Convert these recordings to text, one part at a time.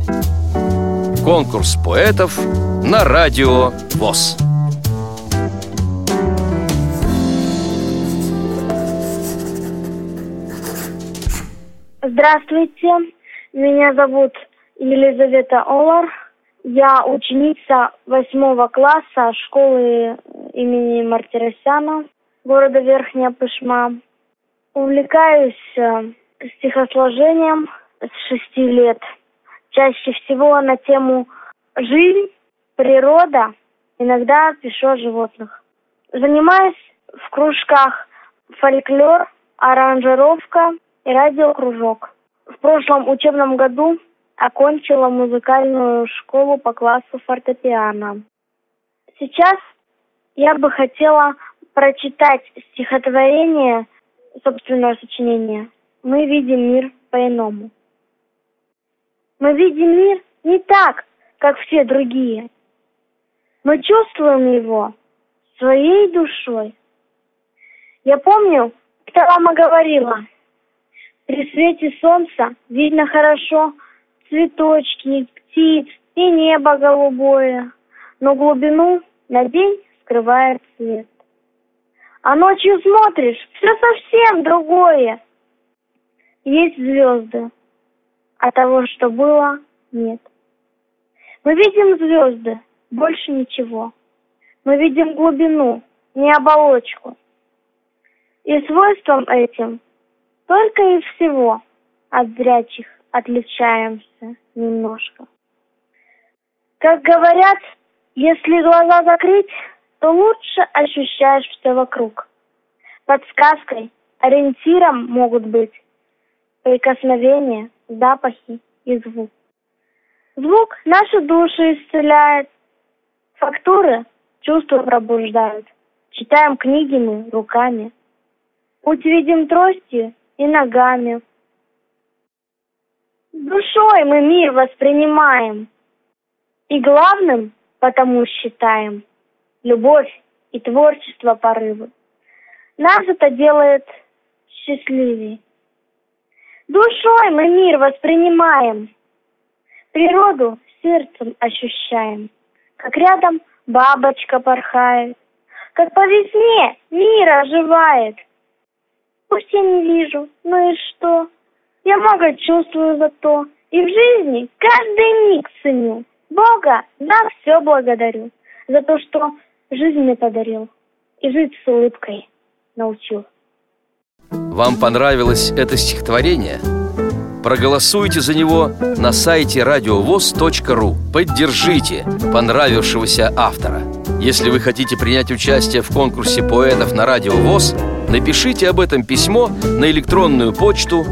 Конкурс поэтов на Радио ВОС. Здравствуйте, меня зовут Елизавета Олар. Я ученица 8 класса школы имени Мартиросяна, города Верхняя Пышма. Увлекаюсь стихосложением с 6 лет. Чаще всего на тему жизнь, природа, иногда пишу о животных. Занимаюсь в кружках фольклор, аранжировка и радиокружок. В прошлом учебном году окончила музыкальную школу по классу фортепиано. Сейчас я бы хотела прочитать стихотворение, собственное сочинение. Мы видим мир по-иному. Мы видим мир не так, как все другие. Мы чувствуем его своей душой. Я помню, как мама говорила, при свете солнца видно хорошо цветочки, птиц и небо голубое, но глубину на день скрывает свет. А ночью смотришь, все совсем другое. Есть звезды, а того, что было, нет. Мы видим звезды, больше ничего. Мы видим глубину, не оболочку. И свойством этим только и всего от зрячих отличаемся немножко. Как говорят, если глаза закрыть, то лучше ощущаешь все вокруг. Подсказкой, ориентиром могут быть прикосновения, запахи и звук. Звук наши души исцеляет, фактуры чувства пробуждают. Читаем книги мы руками, путь видим тростью и ногами. Душой мы мир воспринимаем и главным потому считаем любовь и творчество порывы. Нас это делает счастливее. Душой мы мир воспринимаем, природу сердцем ощущаем, как рядом бабочка порхает, как по весне мир оживает. Пусть я не вижу, ну и что? Я много чувствую зато, и в жизни каждый миг ценю. Бога за все благодарю, за то, что жизнь мне подарил и жить с улыбкой научил. Вам понравилось это стихотворение? Проголосуйте за него на сайте radiovoz.ru. Поддержите понравившегося автора. Если вы хотите принять участие в конкурсе поэтов на Радио ВОС, напишите об этом письмо на электронную почту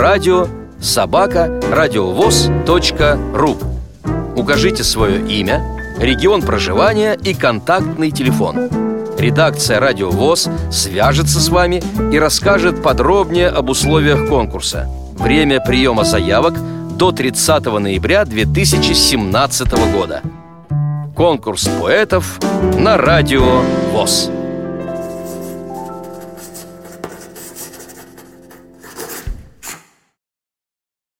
radio@radiovoz.ru. Укажите свое имя, регион проживания и контактный телефон. Редакция Радио ВОС свяжется с вами и расскажет подробнее об условиях конкурса. Время приема заявок до 30 ноября 2017 года. Конкурс поэтов на Радио ВОС.